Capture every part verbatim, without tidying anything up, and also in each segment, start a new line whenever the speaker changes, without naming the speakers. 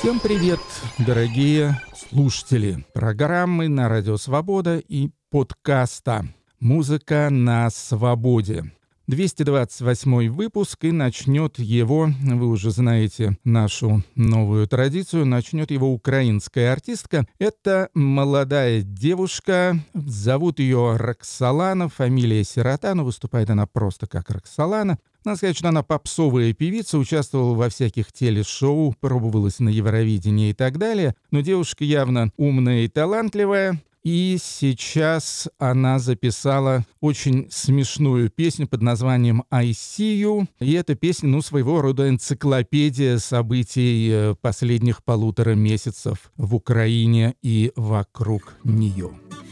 Всем привет, дорогие слушатели программы на Радио Свобода и подкаста «Музыка на свободе». двести двадцать восьмой выпуск, и начнет его, вы уже знаете нашу новую традицию, начнет его украинская артистка. Это молодая девушка, зовут ее Роксолана, фамилия Сирота, но выступает она просто как Роксолана. Надо сказать, что она попсовая певица, участвовала во всяких телешоу, пробовалась на Евровидении и так далее. Но девушка явно умная и талантливая. И сейчас она записала очень смешную песню под названием «I see you». И эта песня, ну, своего рода энциклопедия событий последних полутора месяцев в Україні і вокруг нее.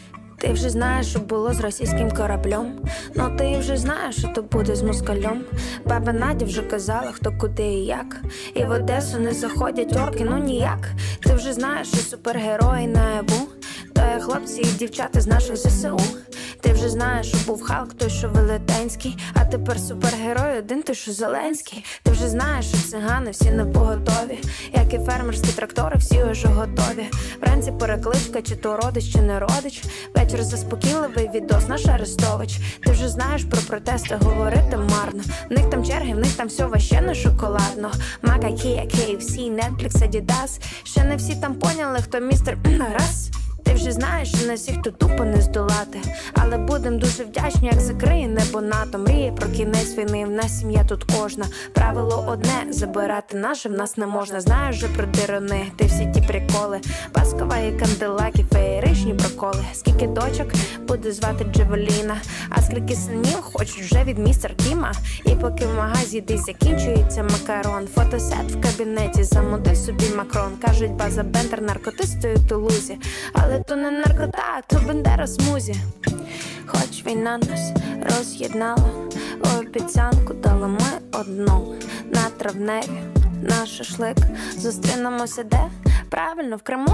Ти вже знаєш, що було з російським кораблем. Ну ти вже знаєш, що то буде з москалем. Баба Надя вже казала, хто куди і як. І в Одесу не заходять орки, ну ніяк. Ти вже знаєш, що супергерої наяву. То є хлопці і дівчата з наших ЗСУ. Ти вже знаєш, що був Халк, той, що велетенський. А тепер супергерой один, той, що Зеленський. Ти вже знаєш, що цигани всі на поготові. Як і фермерські трактори, всі уже готові. Вранці перекличка, чи то родич, чи не родич. Вечір заспокійливий відос, наш Арестович. Ти вже знаєш про протести, говорити марно. В них там черги, в них там все ваще шоколадно. Мака, Кія, кей еф сі, Netflix, Adidas. Ще не всі там поняли, хто містер раз. Ти вже знаєш, що на всіх тут тупо не здолати. Але будем дуже вдячні, як закриє небо НАТО. Мріє про кінець війни, в нас сім'я тут кожна. Правило одне, забирати наше в нас не можна. Знаєш вже про дирини, ти всі ті приколи. Паскова і канделаки, феєричні проколи. Скільки дочок буде звати Джевеліна, а скільки синів хочуть вже від містер Кіма. І поки в магазі десь закінчується макарон, фотосет в кабінеті замудив собі Макрон. Кажуть, база Бендер наркотистою в Тулузі. Але то не наркота, то Бендера смузі. Хоч війна нас роз'єднала, обіцянку дали ми одну. На травневі, на шашлик, зустрінемося де? Правильно, в Криму?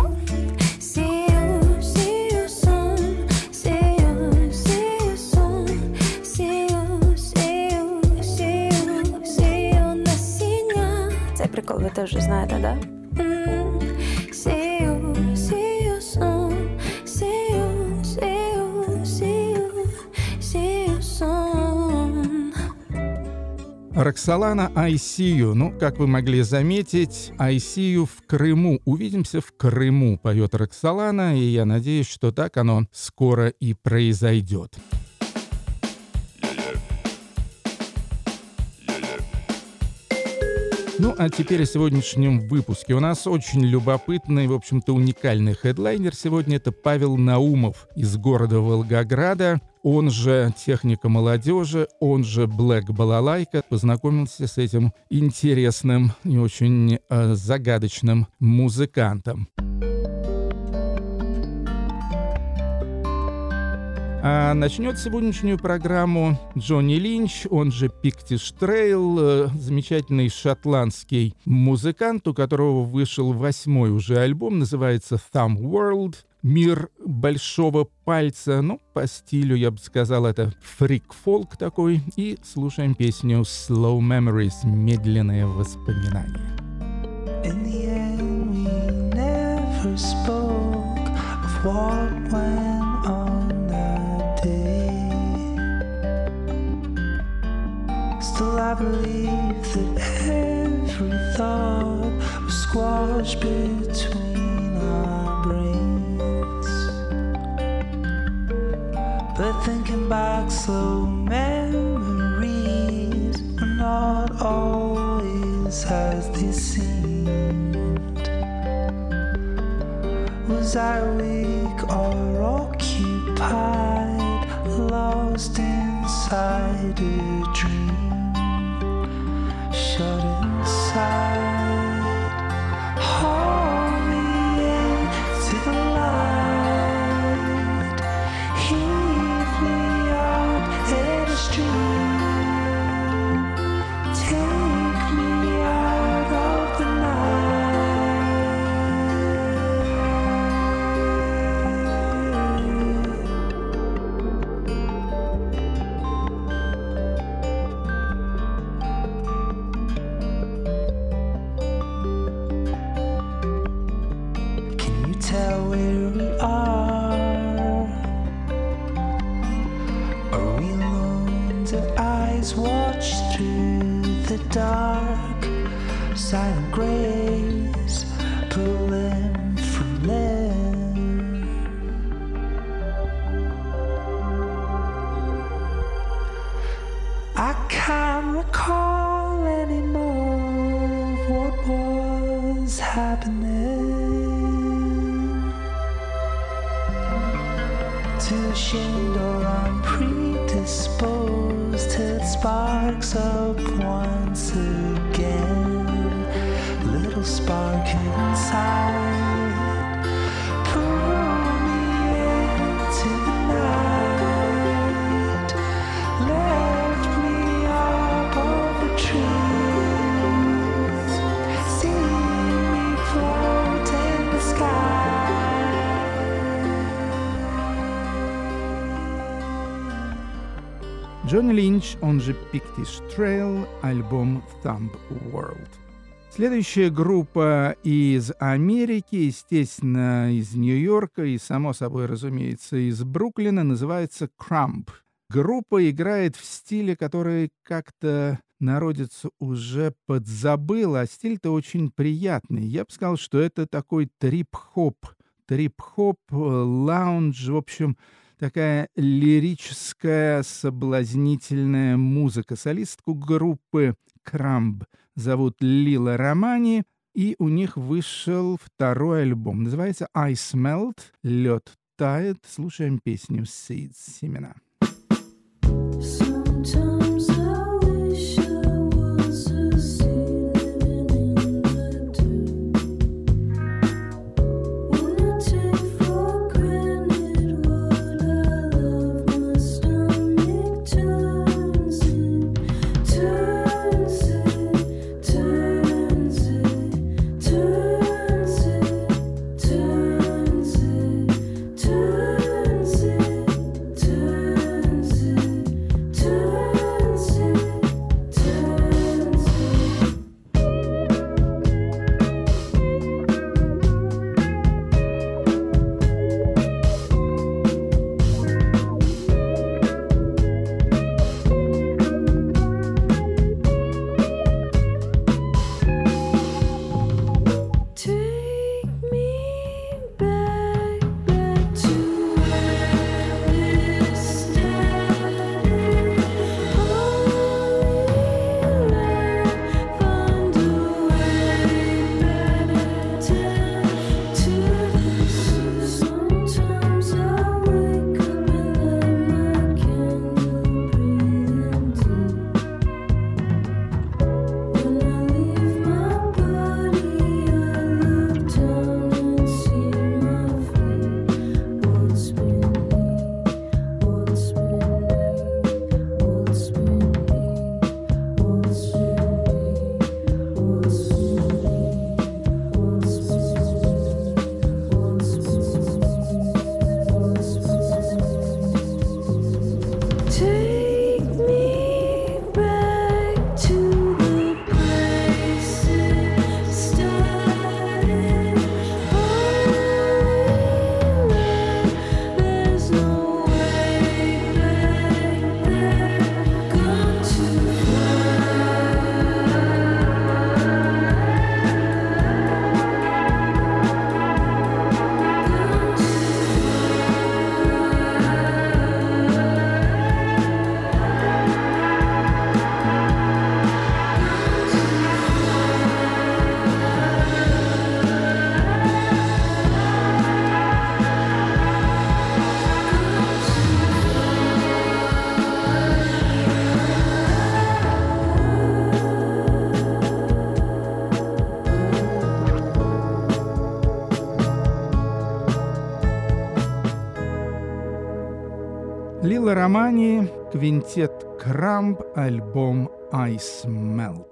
See you, see you soon, see you, see you soon, see you, see you, see you, see you, насіння. Цей прикол ви теж знаєте, да? Mm-hmm. See you, see you soon, see you, see you, see you, see you soon.
Роксолана «I see you». Ну, как вы могли заметить, «I see you» в Крыму. Увидимся в Крыму, поет Роксолана, и я надеюсь, что так оно скоро и произойдет. Ну, а теперь о сегодняшнем выпуске. У нас очень любопытный, в общем-то, уникальный хедлайнер сегодня. Это Павел Наумов из города Волгограда. Он же «Техника молодежи», он же «Блэк Балалайка». Познакомился с этим интересным и очень э, загадочным музыкантом. А начнет сегодняшнюю программу Джонни Линч, он же Пиктиш Трейл, замечательный шотландский музыкант, у которого вышел восьмой уже альбом, называется Thumb World, «Мир большого пальца». Ну, по стилю, я бы сказал, это фрик-фолк такой. И слушаем песню Slow Memories, медленные воспоминания.
In the end, we never spoke of what went on. Still I believe that every thought was squashed between our brains. But thinking back, slow memories are not always as they seemed. Was I awake or occupied, lost inside a dream? Shut inside, hold me into the light, heave me up in a stream, take me out of the night. of eyes watch through the dark, silent grace pull limb from limb. I can't recall anymore of what was happening. Too ashamed or I'm predisposed, heard sparks up once again. Little spark inside, pull me into the night, left me above the trees, see me float in the sky.
Джонни Линч, он же Pictish Trail, альбом Thumb World. Следующая группа из Америки, естественно, из Нью-Йорка и, само собой, разумеется, из Бруклина, называется Crumb. Группа играет в стиле, который как-то народец уже подзабыл, а стиль-то очень приятный. Я бы сказал, что это такой трип-хоп, трип-хоп, лаунж, в общем, такая лирическая, соблазнительная музыка. Солистку группы Crumb зовут Лила Романи, и у них вышел второй альбом. Называется Ice Melt, лед тает. Слушаем песню Seeds, семена.
Sometimes I wish I was a seed living in the dew. When I take for granted what I love, my stomach turns it, turns it, turns it, turns it, turns it, turns it, turns
Лила Романи, квинтет Crumb, альбом Ice Melt.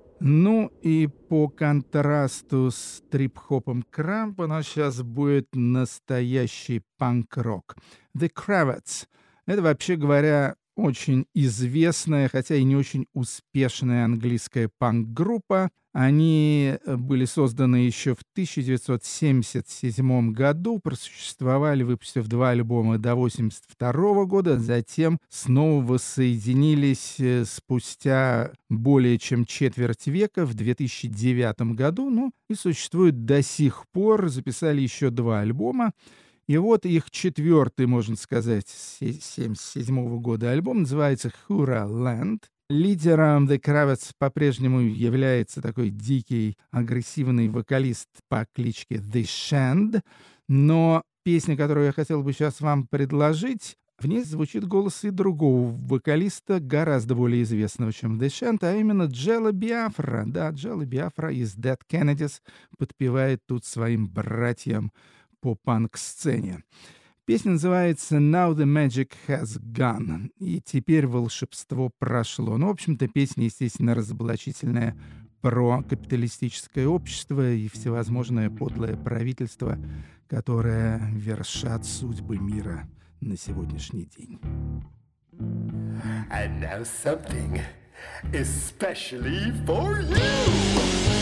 Ну и по контрасту с трип-хопом Crumb у нас сейчас будет настоящий панк-рок. The Cravats. Это, вообще говоря, очень известная, хотя и не очень успешная английская панк-группа. Они были созданы еще в тысяча девятьсот семьдесят седьмом году, просуществовали, выпустив два альбома до восемьдесят второго года, затем снова воссоединились спустя более чем четверть века в две тысячи девятом году, ну и существуют до сих пор, записали еще два альбома. И вот их четвертый, можно сказать, с семьдесят седьмого года альбом называется «Hura Land». Лидером The Kravets по-прежнему является такой дикий, агрессивный вокалист по кличке The Shand, но песня, которую я хотел бы сейчас вам предложить, в ней звучит голос и другого вокалиста, гораздо более известного, чем The Shand, а именно Джелла Биафра. Да, Джелла Биафра из Dead Kennedys подпевает тут своим братьям по панк-сцене. Песня называется «Now the magic has gone», и теперь волшебство прошло. Ну, в общем-то, песня, естественно, разоблачительная про капиталистическое общество и всевозможное подлое правительство, которое вершат судьбы мира на сегодняшний день.
And now something especially for you.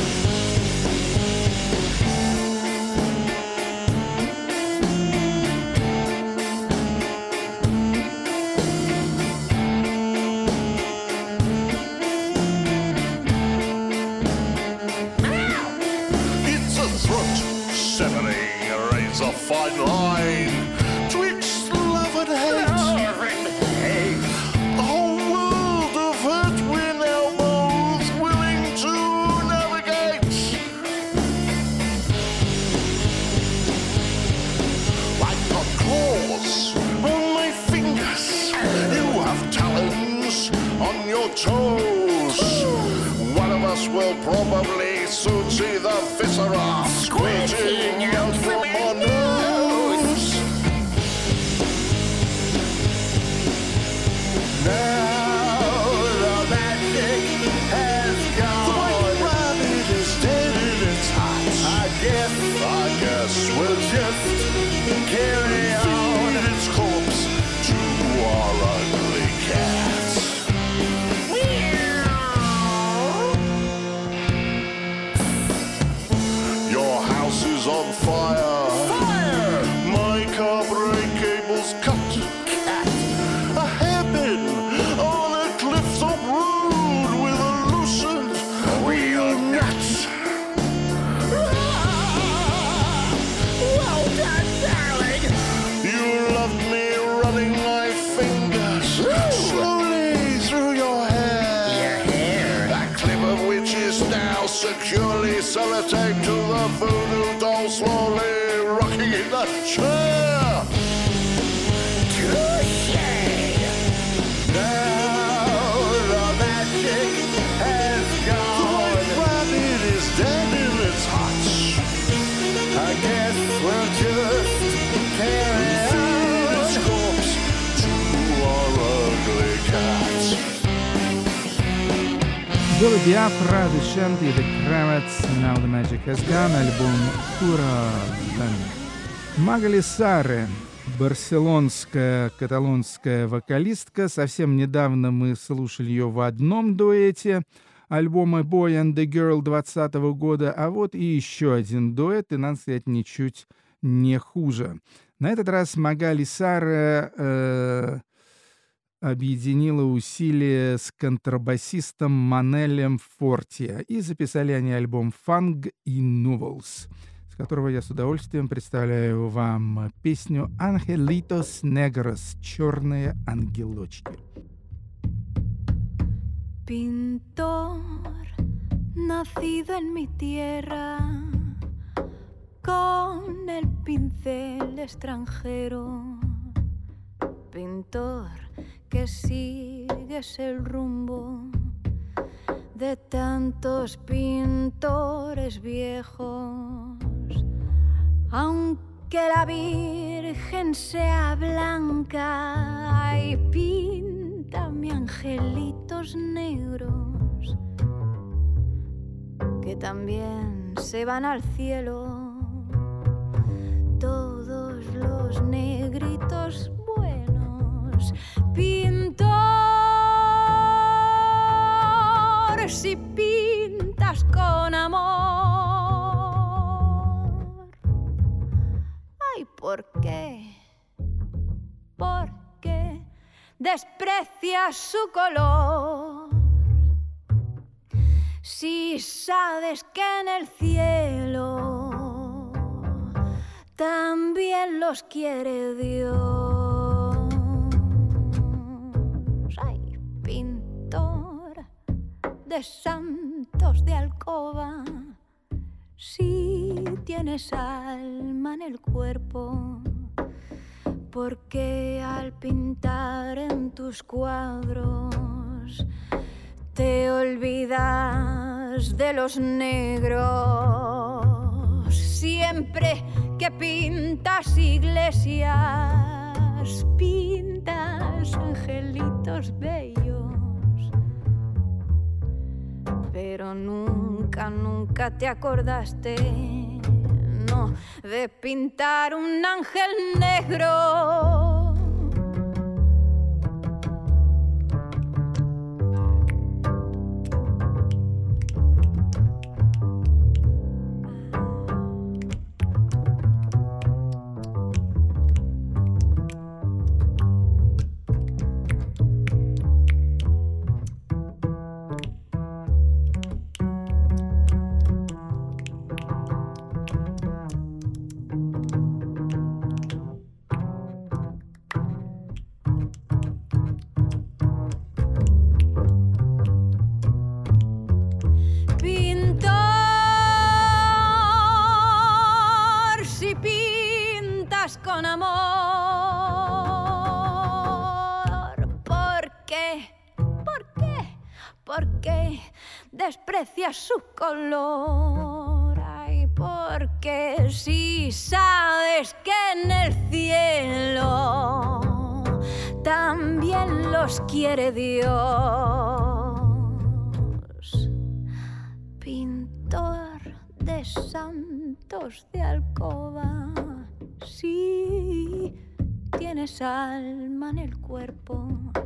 A fine line twixt love and hate. A whole world of hurt we're now both willing to navigate. I've got claws on my fingers. You have talons on your toes. One of us will probably soon see the viscera squirting out from our nose. Now the magic has gone. The white rabbit is dead in its hot. I guess, I guess we'll just carry on its corpse to our ugly cats. Your house is on fire. Fire! My car brake cable's cut. Cat. A hairpin on a cliff-top road with a loosened wheel nut. Ah! Well done, darling. You loved me running my fingers slowly through your hair. Your hair. That clip of which is now securely sellotaped to the voodoo doll, slowly rocking in the chair. Touché! Now the magic has gone. The white rabbit is dead in its hot. I guess we'll just carry on its corpse to our ugly cats.
Джелла Биафра, The Shand и The Kravets, Now the Magic Has Gone, альбом «Hura Land». Магали Саре, барселонская каталонская вокалистка. Совсем недавно мы слушали ее в одном дуэте альбома «Boy and the Girl» двадцатого года, а вот и еще один дуэт, и, надо сказать, ничуть не хуже. На этот раз Магали Саре э, объединила усилия с контрабасистом Манелем Фортия, и записали они альбом «Fang и Nuvels», с которого я с удовольствием представляю вам песню «Angelitos Negros» — «Черные ангелочки».
Pintor, nacido en mi tierra, con el pincel extranjero. Pintor, que sigues el rumbo de tantos pintores viejos. Aunque la Virgen sea blanca, ay, píntame angelitos negros que también se van al cielo. Todos los negritos buenos, píntame desprecias su color. Si sabes que en el cielo también los quiere Dios. Ay, pintor de santos de alcoba, si tienes alma en el cuerpo, porque al pintar en tus cuadros te olvidas de los negros. Siempre que pintas iglesias, pintas angelitos bellos, pero nunca, nunca te acordaste, no, de pintar un ángel negro. Con amor, ¿por qué? ¿Por qué? Porque desprecias su color. Ay, porque si sabes que en el cielo también los quiere Dios. Pintor de santos de alcoba, si tienes alma en el cuerpo,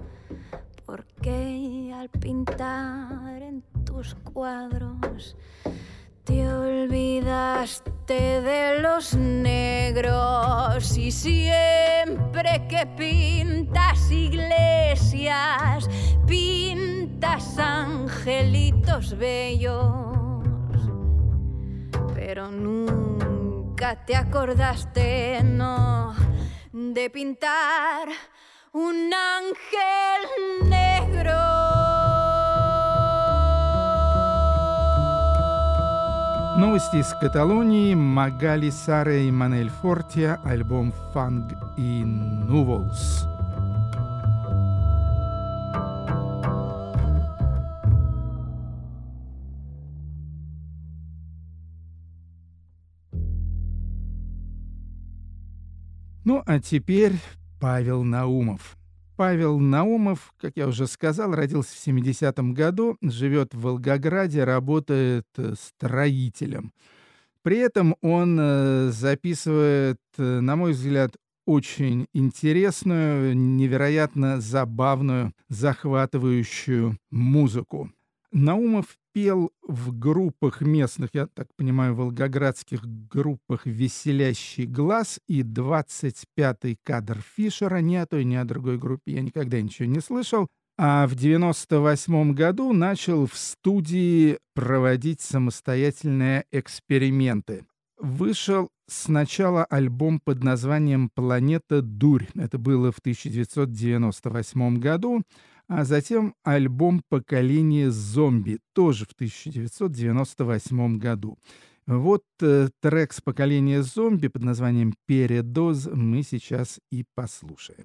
porque al pintar en tus cuadros te olvidaste de los negros. Y siempre que pintas iglesias, pintas angelitos bellos, pero nunca te acordaste, no, de pintar un ángel negro.
Новости из Каталонии. Магали Сара и Манель Фортия. Альбом «Fang и Núvols». Ну, а теперь Павел Наумов. Павел Наумов, как я уже сказал, родился в семидесятом году, живет в Волгограде, работает строителем. При этом он записывает, на мой взгляд, очень интересную, невероятно забавную, захватывающую музыку. Наумов пел в группах местных, я так понимаю, волгоградских группах «Веселящий глаз» и «двадцать пятый кадр Фишера». Ни о той, ни о другой группе я никогда ничего не слышал. А в девяносто восьмом году начал в студии проводить самостоятельные эксперименты. Вышел сначала альбом под названием «Планета Дурь». Это было в тысяча девятьсот девяносто восьмом году. А затем альбом «Поколение зомби», тоже в тысяча девятьсот девяносто восьмом году. Вот э, трек с «Поколения зомби» под названием «Передоз» мы сейчас и послушаем.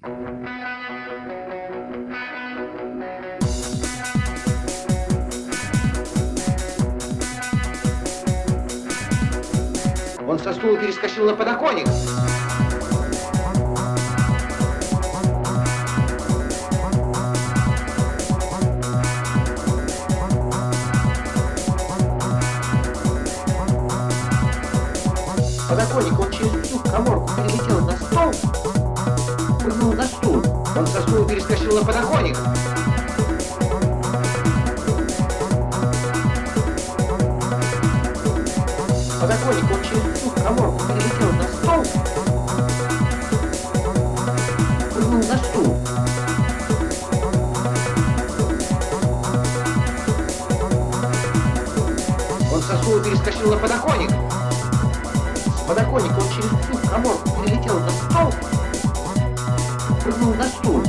Он со стула перескочил на подоконник. Подоконник, он через всю каморку перелетел на стол, прыгнул на стул. Он со стула перескочил на подоконник. Подоконник, он через всю каморку перелетел на стол, прыгнул на стул. стула перескочил на подоконник. С подоконника он через всю каморку перелетел на стол, прыгнул на стул.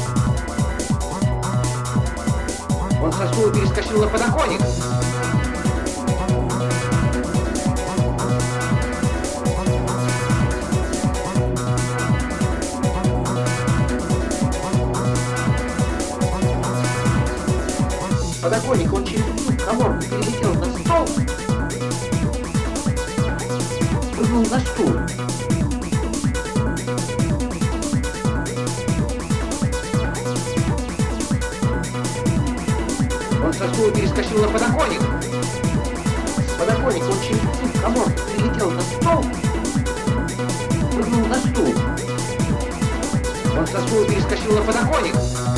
Он со стула перескочил на подоконник. С подоконника он через всю каморку перелетел на стол, прыгнул на стул. Он со стула перескочил на подоконник. С подоконника он через всю каморку перелетел на стол, прыгнул на стул. Он со стула перескочил на подоконник.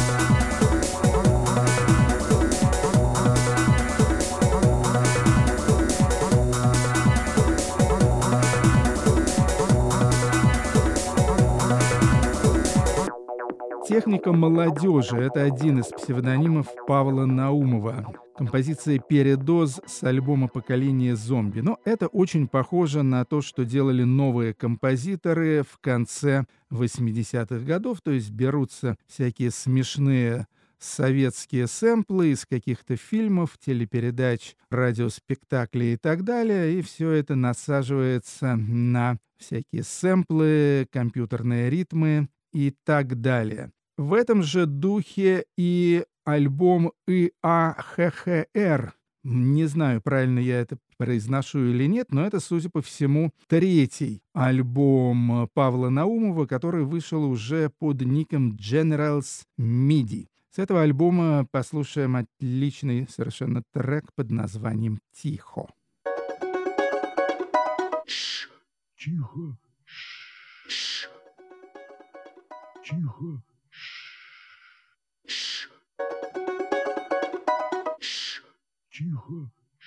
«Техника молодежи» — это один из псевдонимов Павла Наумова. Композиция «Передоз» с альбома «Поколение зомби». Но это очень похоже на то, что делали новые композиторы в конце восьмидесятых годов. То есть берутся всякие смешные советские сэмплы из каких-то фильмов, телепередач, радиоспектаклей и так далее. И все это насаживается на всякие сэмплы, компьютерные ритмы и так далее. В этом же духе и альбом И А Х Х Р. Не знаю, правильно я это произношу или нет, но это, судя по всему, третий альбом Павла Наумова, который вышел уже под ником Generals миди. С этого альбома послушаем отличный совершенно трек под названием «Тихо».
Тихо. Тихо. Тихо.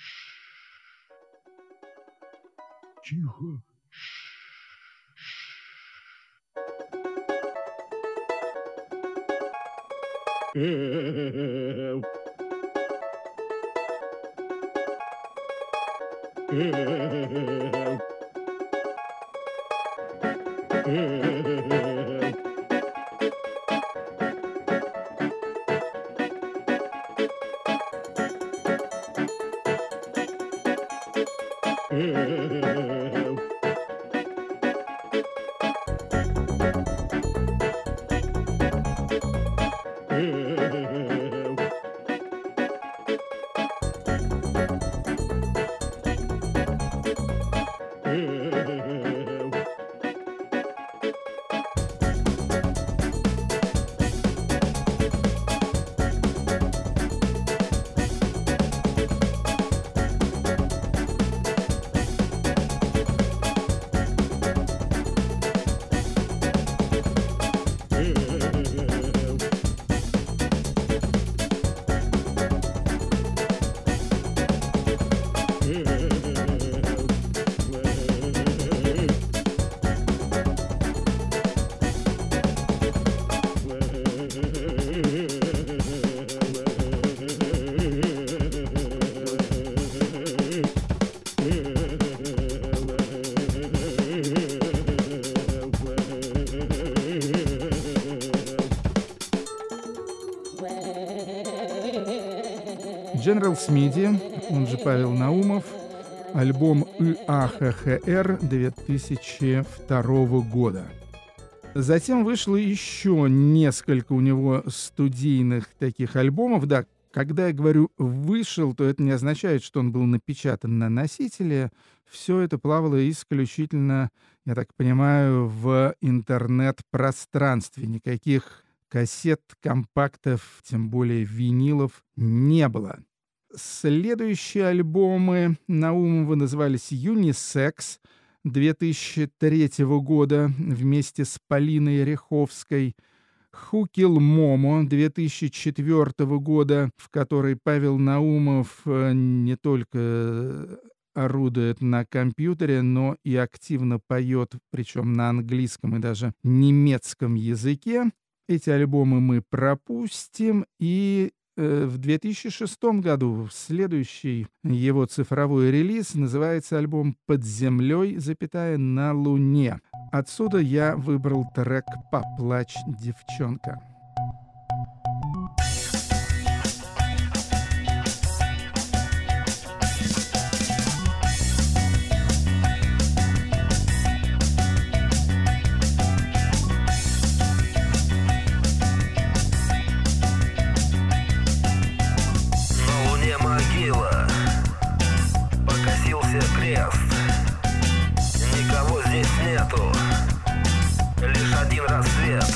Тихо.
Generals миди, он же Павел Наумов, альбом И А Х Х Р две тысячи второго года. Затем вышло еще несколько у него студийных таких альбомов. Да, когда я говорю «вышел», то это не означает, что он был напечатан на носителе. Все это плавало исключительно, я так понимаю, в интернет-пространстве. Никаких кассет, компактов, тем более винилов не было. Следующие альбомы Наумова назывались «Юнисекс» две тысячи третьего года вместе с Полиной Ряховской, «Who Killed Momo» две тысячи четвёртого года, в которой Павел Наумов не только орудует на компьютере, но и активно поет, причем на английском и даже немецком языке. Эти альбомы мы пропустим, и э, в две тысячи шестом году следующий его цифровой релиз, называется альбом «Под землей, запятая, на Луне». Отсюда я выбрал трек «Поплачь, девчонка».
На луне могила, покосился крест. Никого здесь нету, лишь один рассвет.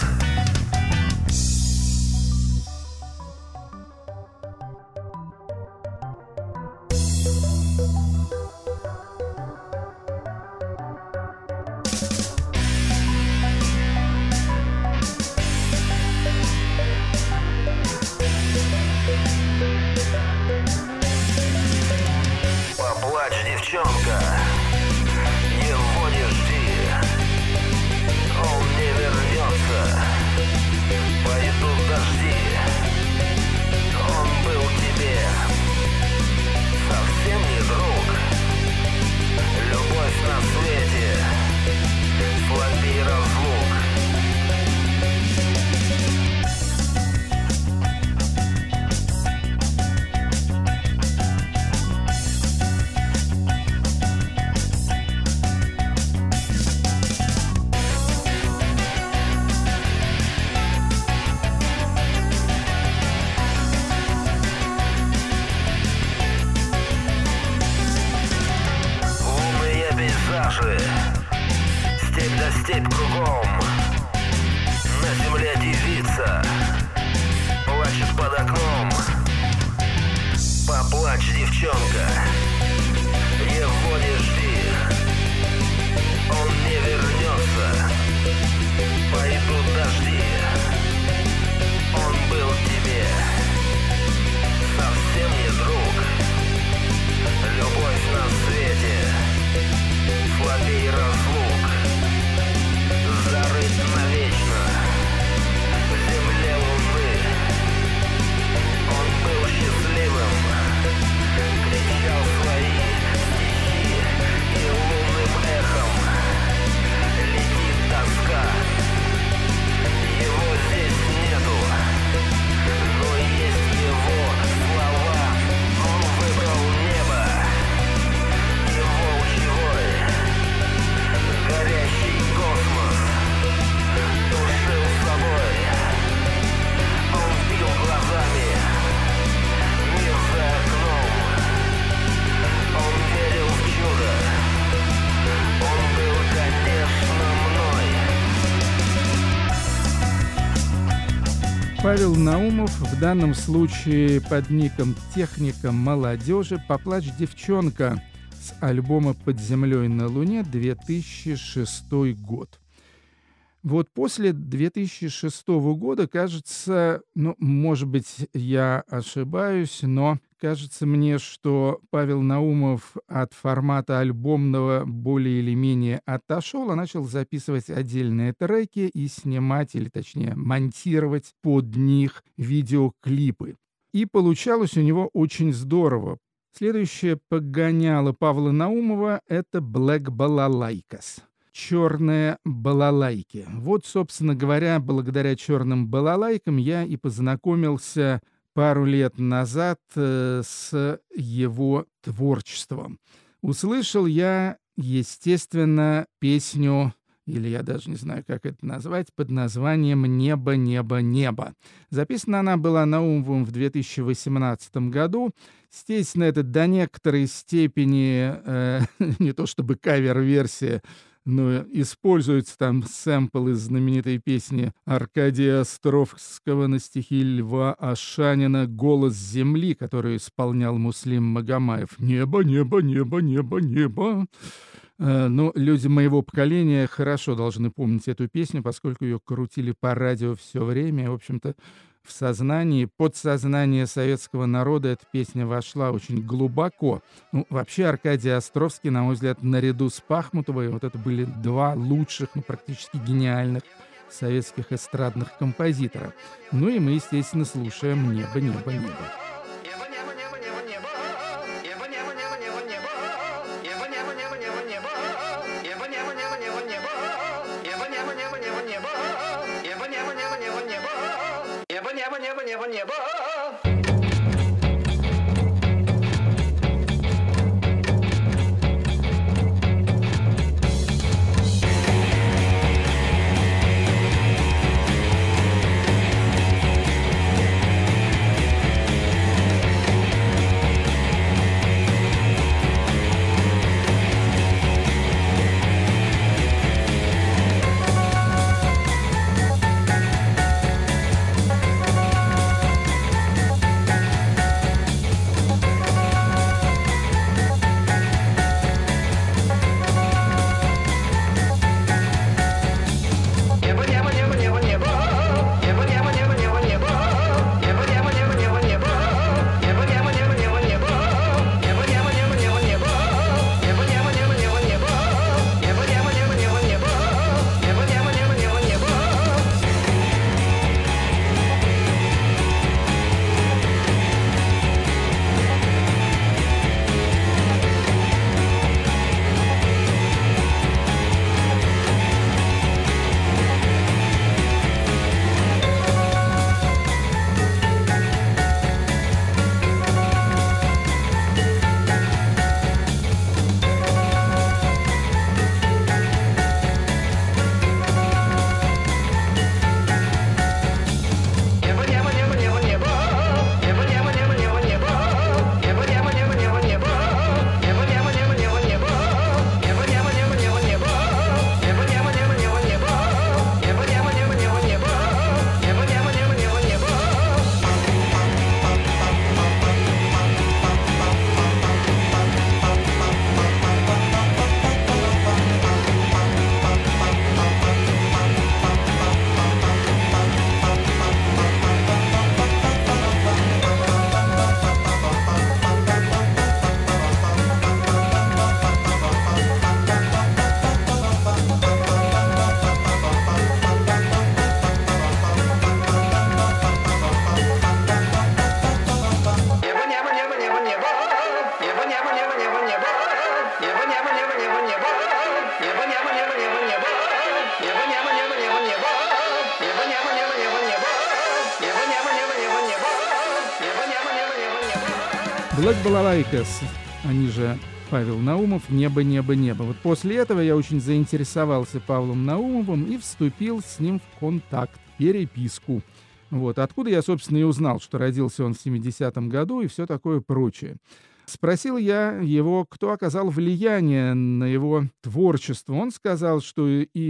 Поплачь, девчонка, его не жди, он не вернется, пойдут дожди. Он был тебе совсем не друг, любовь на свете, слабей разлук. Лунные пейзажи, степь да степь кругом. На земле девица плачет под окном. Поплачь, девчонка, его не жди, он не вернется, пойдут дожди. Он был тебе совсем не друг, любовь на свете, слабей разлук. Зарыть навечно в земле луны. Он был счастливым, кричал свои стихи, и лунным эхом летит тоска. Его здесь нету, но есть его слова. Он выбрал небо, его лучевой, горящий космос душил собой. Он пил глазами мир за окном. Он верил в чудо, он был, конечно, мной.
Павел Наумов, в данном случае под ником «Техника молодежи», «Поплачь, девчонка» с альбома «Под землей на Луне», две тысячи шестой год. Вот после две тысячи шестого года, кажется, ну, может быть, я ошибаюсь, но кажется мне, что Павел Наумов от формата альбомного более или менее отошел, а начал записывать отдельные треки и снимать, или точнее монтировать под них видеоклипы. И получалось у него очень здорово. Следующее погоняло Павла Наумова — это Black Balalaikas. Черные балалайки. Вот, собственно говоря, благодаря черным балалайкам я и познакомился пару лет назад э, с его творчеством. Услышал я, естественно, песню, или я даже не знаю, как это назвать, под названием «Небо, небо, небо». Записана она была Наумовым в две тысячи восемнадцатом году. Естественно, это до некоторой степени э, не то чтобы кавер-версия, но используется там сэмпл из знаменитой песни Аркадия Островского на стихи Льва Ашанина «Голос земли», которую исполнял Муслим Магомаев. «Небо, небо, небо, небо, небо». Э, ну, люди моего поколения хорошо должны помнить эту песню, поскольку ее крутили по радио все время. В общем-то, в сознании, подсознание советского народа эта песня вошла очень глубоко. Ну, вообще, Аркадий Островский, на мой взгляд, наряду с Пахмутовой, вот это были два лучших, ну, практически гениальных советских эстрадных композиторов. Ну и мы, естественно, слушаем «Небо, небо, небо». Black Balalaikas, они же Павел Наумов, «Небо, небо, небо». Вот после этого я очень заинтересовался Павлом Наумовым и вступил с ним в контакт, переписку. Вот. Откуда я, собственно, и узнал, что родился он в семидесятом году и все такое прочее. Спросил я его, кто оказал влияние на его творчество. Он сказал, что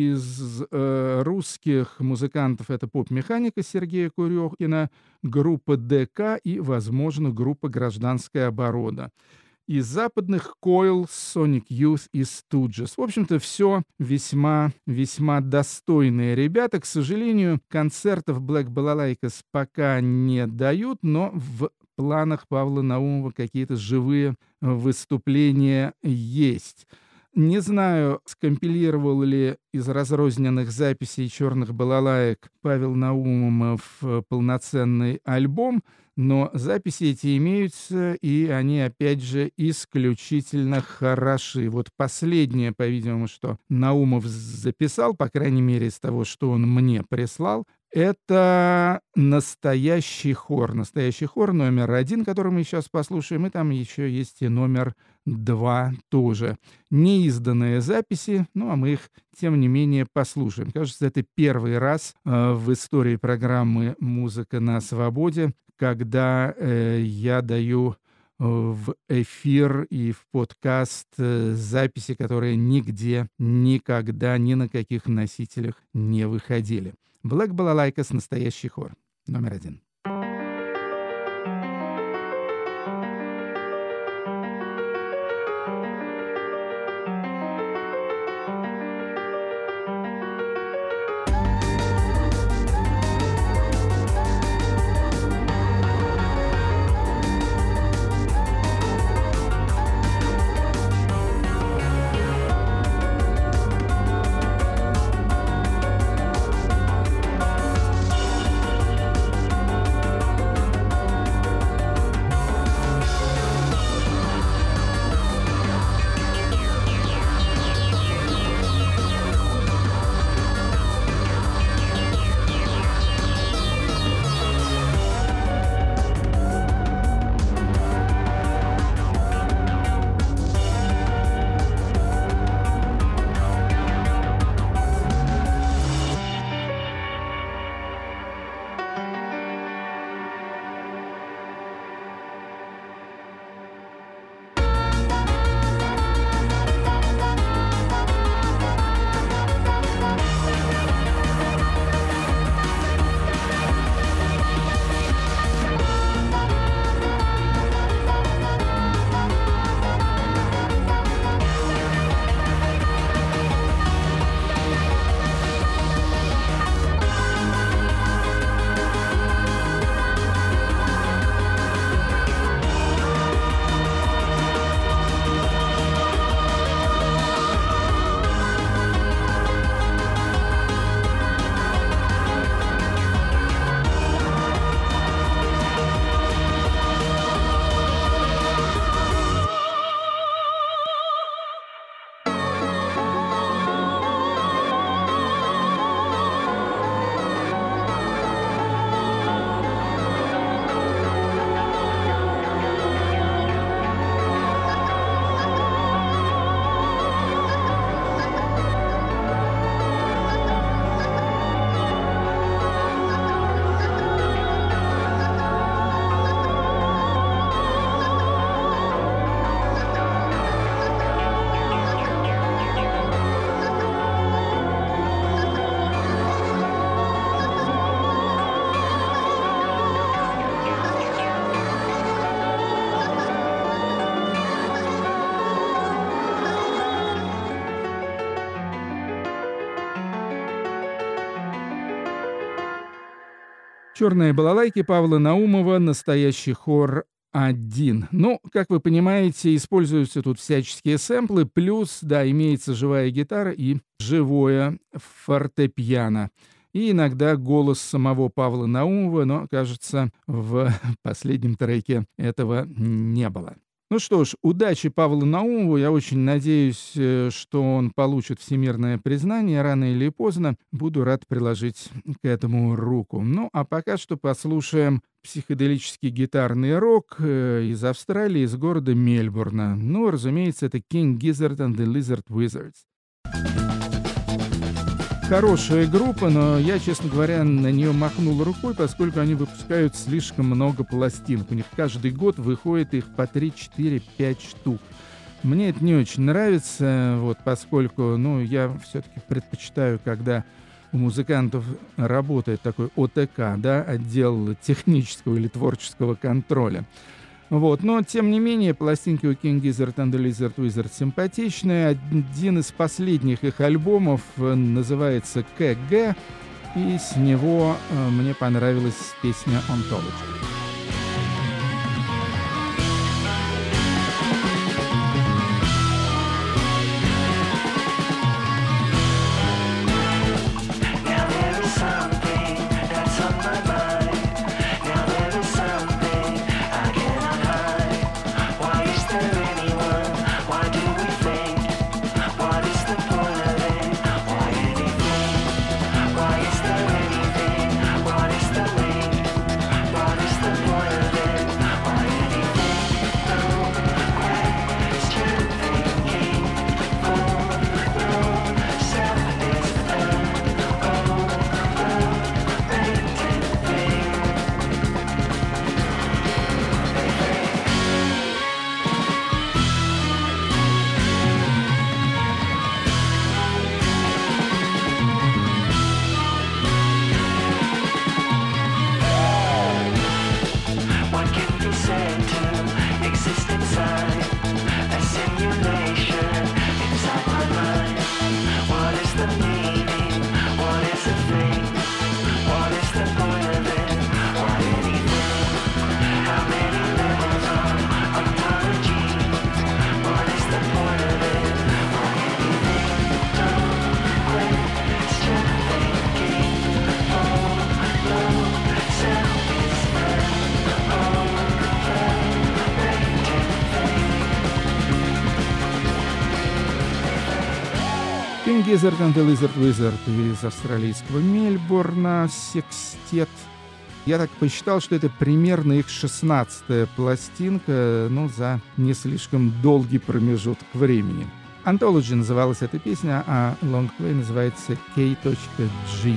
из э, русских музыкантов это поп-механика Сергея Курехина, группа ДК и, возможно, группа «Гражданская оборона». Из западных Coil, Sonic Youth и Stooges. В общем-то, все весьма, весьма достойные ребята. К сожалению, концертов Black Balalaikas пока не дают, но в планах Павла Наумова какие-то живые выступления есть. Не знаю, скомпилировал ли из разрозненных записей черных балалаек Павел Наумов полноценный альбом, но записи эти имеются, и они, опять же, исключительно хороши. Вот последнее, по-видимому, что Наумов записал, по крайней мере, из того, что он мне прислал, это «Настоящий хор». «Настоящий хор» номер один, который мы сейчас послушаем, и там еще есть и номер два тоже. Неизданные записи, ну а мы их, тем не менее, послушаем. Кажется, это первый раз э, в истории программы «Музыка на свободе», когда э, я даю в эфир и в подкаст э, записи, которые нигде, никогда, ни на каких носителях не выходили. Black Balalaikas, «Настоящий хор», номер один.
Thank
«Черные балалайки» Павла Наумова, настоящий хор один. Ну, как вы понимаете, используются тут всяческие сэмплы, плюс, да, имеется живая гитара и живое фортепиано. И иногда голос самого Павла Наумова, но, кажется, в последнем треке этого не было. Ну что ж, удачи Павлу Наумову. Я очень надеюсь, что он получит всемирное признание рано или поздно. Буду рад приложить к этому руку. Ну, а пока что послушаем психоделический гитарный рок из Австралии, из города Мельбурна. Ну, разумеется, это King Gizzard and the Lizard Wizards. Хорошая группа, но я, честно говоря, на нее махнул рукой, поскольку они выпускают слишком много пластинок. У них каждый год выходит их по три, четыре, пять штук. Мне это не очень нравится, вот, поскольку ну, я все-таки предпочитаю, когда у музыкантов работает такой о тэ ка, да, отдел технического или творческого контроля. Вот. Но, тем не менее, пластинки у King Gizzard and the Lizard Wizard симпатичные. Один из последних их альбомов называется ка гэ, и с него э, мне понравилась песня «Ontology». King Gizzard and the Lizard Wizard из австралийского Мельбурна, секстет. Я так посчитал, что это примерно их шестнадцатая пластинка, ну, за не слишком долгий промежуток времени. Ontology называлась эта песня, а лонгплей называется кей джи.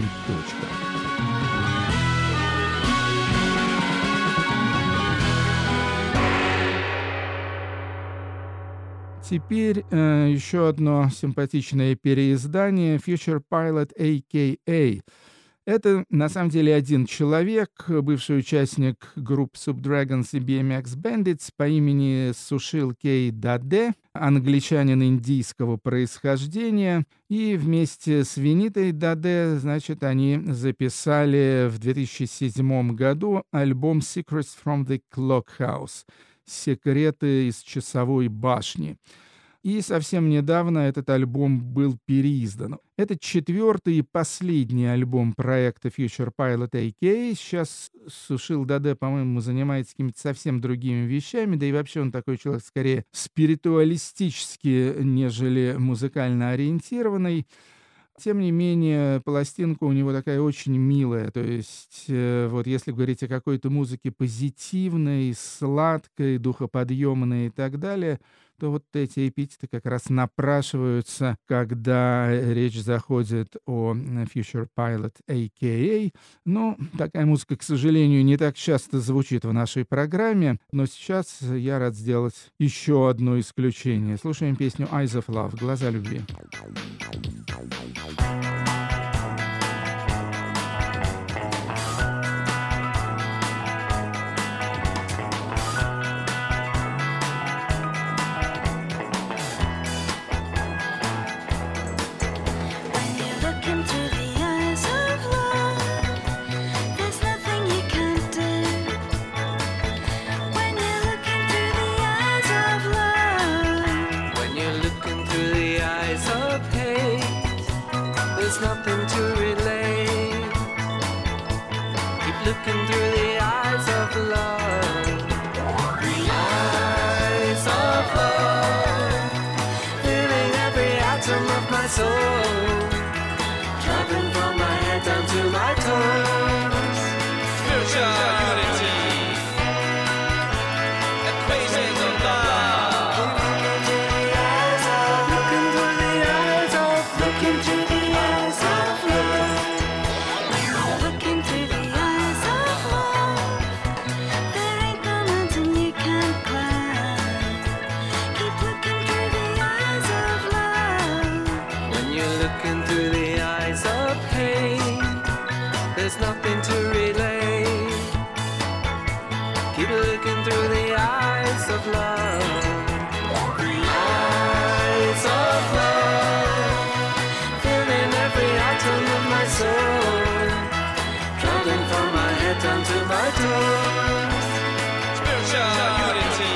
Теперь э, еще одно симпатичное переиздание Future Pilot а ка а. Это, на самом деле, один человек, бывший участник групп Subdragons и би эм экс Bandits по имени Сушил Кей Даде, англичанин индийского происхождения. И вместе с Винитой Даде, значит, они записали в две тысячи седьмом году альбом Secrets from the Clock House. «Секреты из часовой башни». И совсем недавно этот альбом был переиздан. Это четвертый и последний альбом проекта Future Pilot а ка а. Сейчас Сушил Даде, по-моему, занимается какими-то совсем другими вещами, да и вообще он такой человек скорее спиритуалистически, нежели музыкально ориентированный. Тем не менее, пластинка у него такая очень милая. То есть, э, вот если говорить о какой-то музыке позитивной, сладкой, духоподъемной и так далее, то вот эти эпитеты как раз напрашиваются, когда речь заходит о Future Pilot а ка а. Но такая музыка, к сожалению, не так часто звучит в нашей программе, но сейчас я рад сделать еще одно исключение. Слушаем песню «Eyes of Love» — «Глаза любви».
When you look into the eyes of love, there's nothing you
looking through the eyes of love. The eyes of love, filling every atom of my soul, dropping from my head down to my toes. Spiritual unity, equations of love. Looking through the eyes of, looking through the eyes of love.
Looking through the eyes of love, there ain't no mountain you can't climb. Keep looking through the eyes of love.
When you're looking through the eyes of pain, there's nothing to relay. Keep looking through the eyes of love. The eyes of love, filling every atom of my soul, traveling from my head down to my toes. Spiritual unity,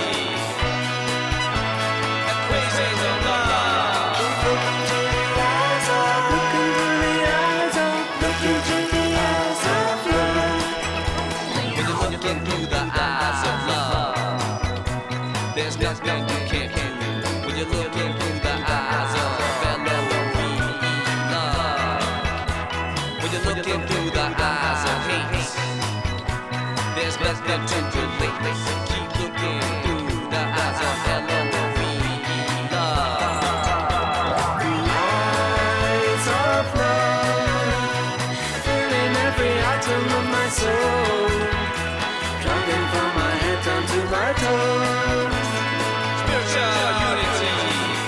equations of love. Looking through the eyes of, looking through the eyes of, looking through the eyes of love. When you're looking through the eyes of love, there's nothing you can't do. When you're looking through the eyes of L-O-V-E, love. When you're looking through the eyes of hate, there's nothing to relate. Keep looking through the eyes of L-O-V-E, love. The eyes of love, filling every atom of my soul, dropping from my head down to my toes. Spiritual unity,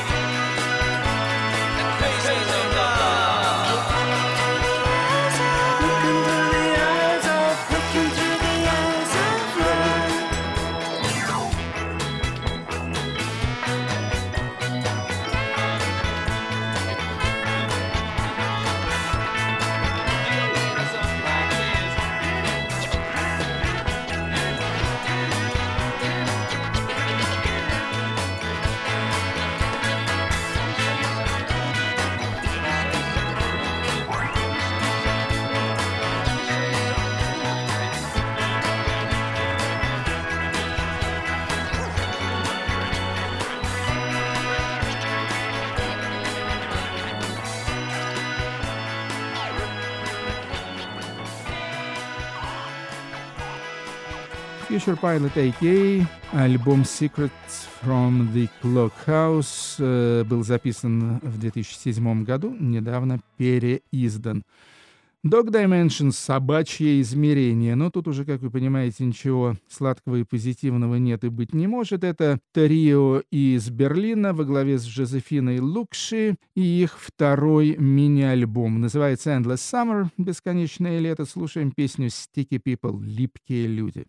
equations of love. Looking through the eyes of, looking through the eyes of love.
Future Pilot эй кей эй, альбом Secrets from the Clockhouse э, был записан в две тысячи седьмом году, недавно переиздан. Dog Dimensions — собачье измерение, но тут уже, как вы понимаете, ничего сладкого и позитивного нет и быть не может. Это трио из Берлина во главе с Жозефиной Лукши и их второй мини-альбом. Называется Endless Summer, бесконечное лето. Слушаем песню Sticky People, липкие люди.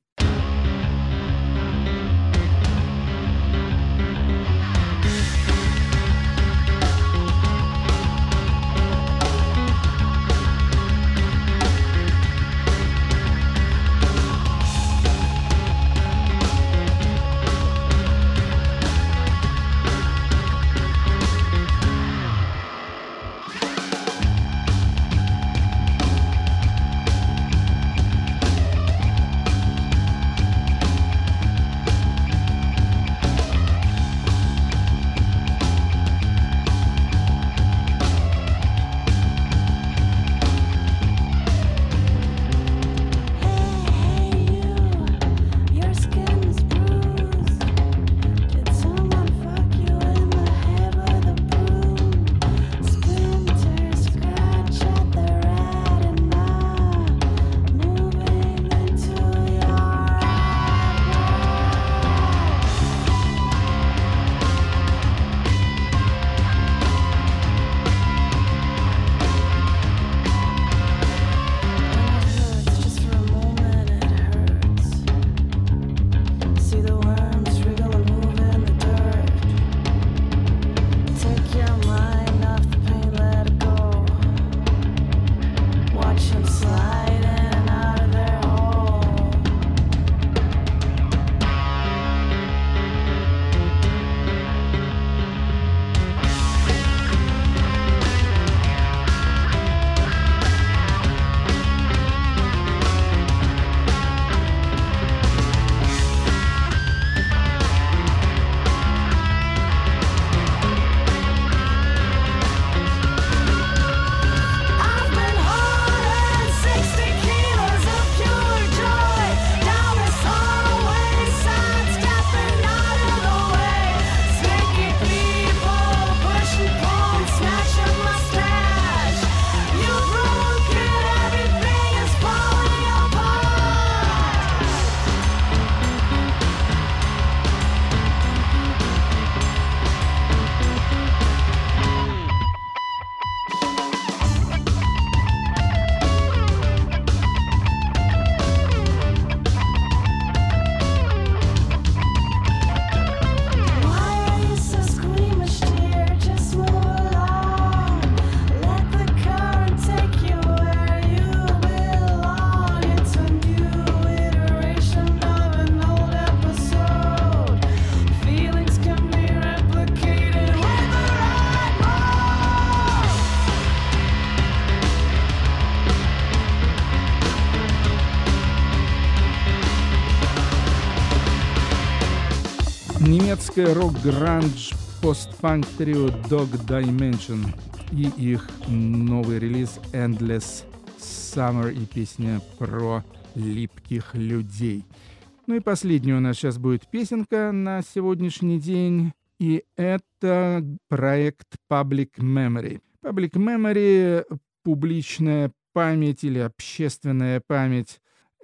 Немецкая рок-гранж постфанк трио Dog Dimension и их новый релиз Endless Summer и песня про липких людей. Ну и последняя у нас сейчас будет песенка на сегодняшний день, и это проект Public Memory. Public Memory — публичная память или общественная память.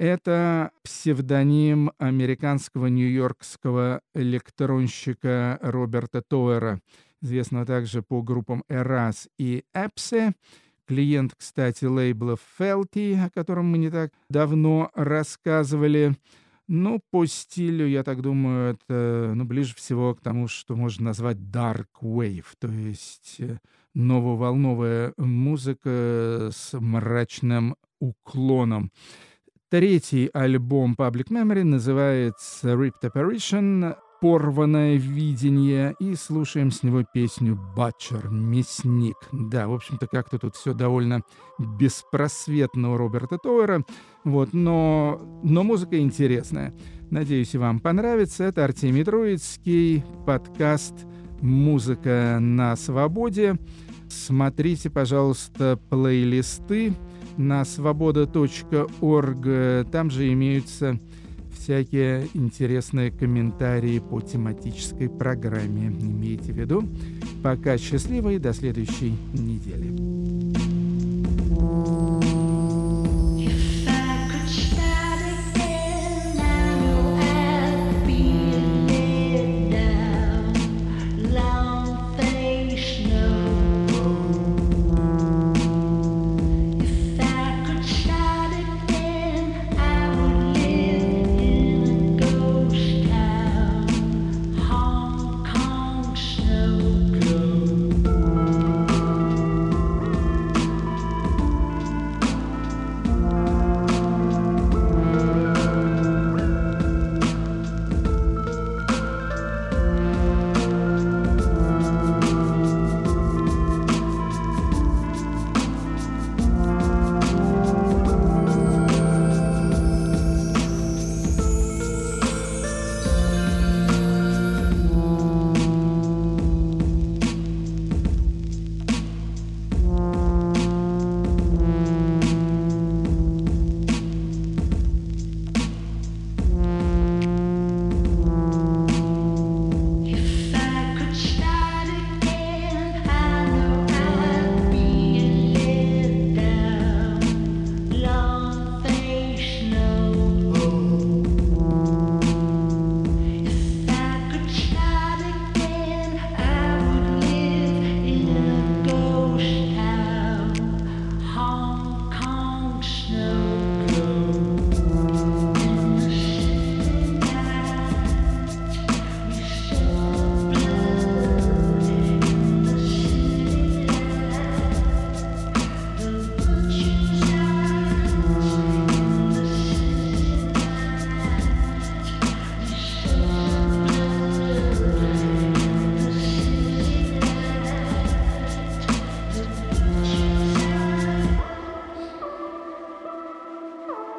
Это псевдоним американского нью-йоркского электронщика Роберта Тойера, известного также по группам Eras и Epse. Клиент, кстати, лейбла Felty, о котором мы не так давно рассказывали. Ну, по стилю, я так думаю, это ну, ближе всего к тому, что можно назвать Dark Wave, то есть нововолновая музыка с мрачным уклоном. Третий альбом Public Memory называется Ripped Apparition, порванное видение, и слушаем с него песню Butcher, мясник. Да, в общем-то, как-то тут все довольно беспросветно у Роберта Тойера, вот, но, но музыка интересная. Надеюсь, и вам понравится. Это Артемий Троицкий, подкаст «Музыка на свободе». Смотрите, пожалуйста, плейлисты на свобода точка орг. Там же имеются всякие интересные комментарии по тематической программе. Имейте в виду. Пока, счастливо и до следующей недели.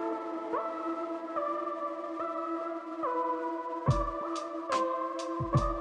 you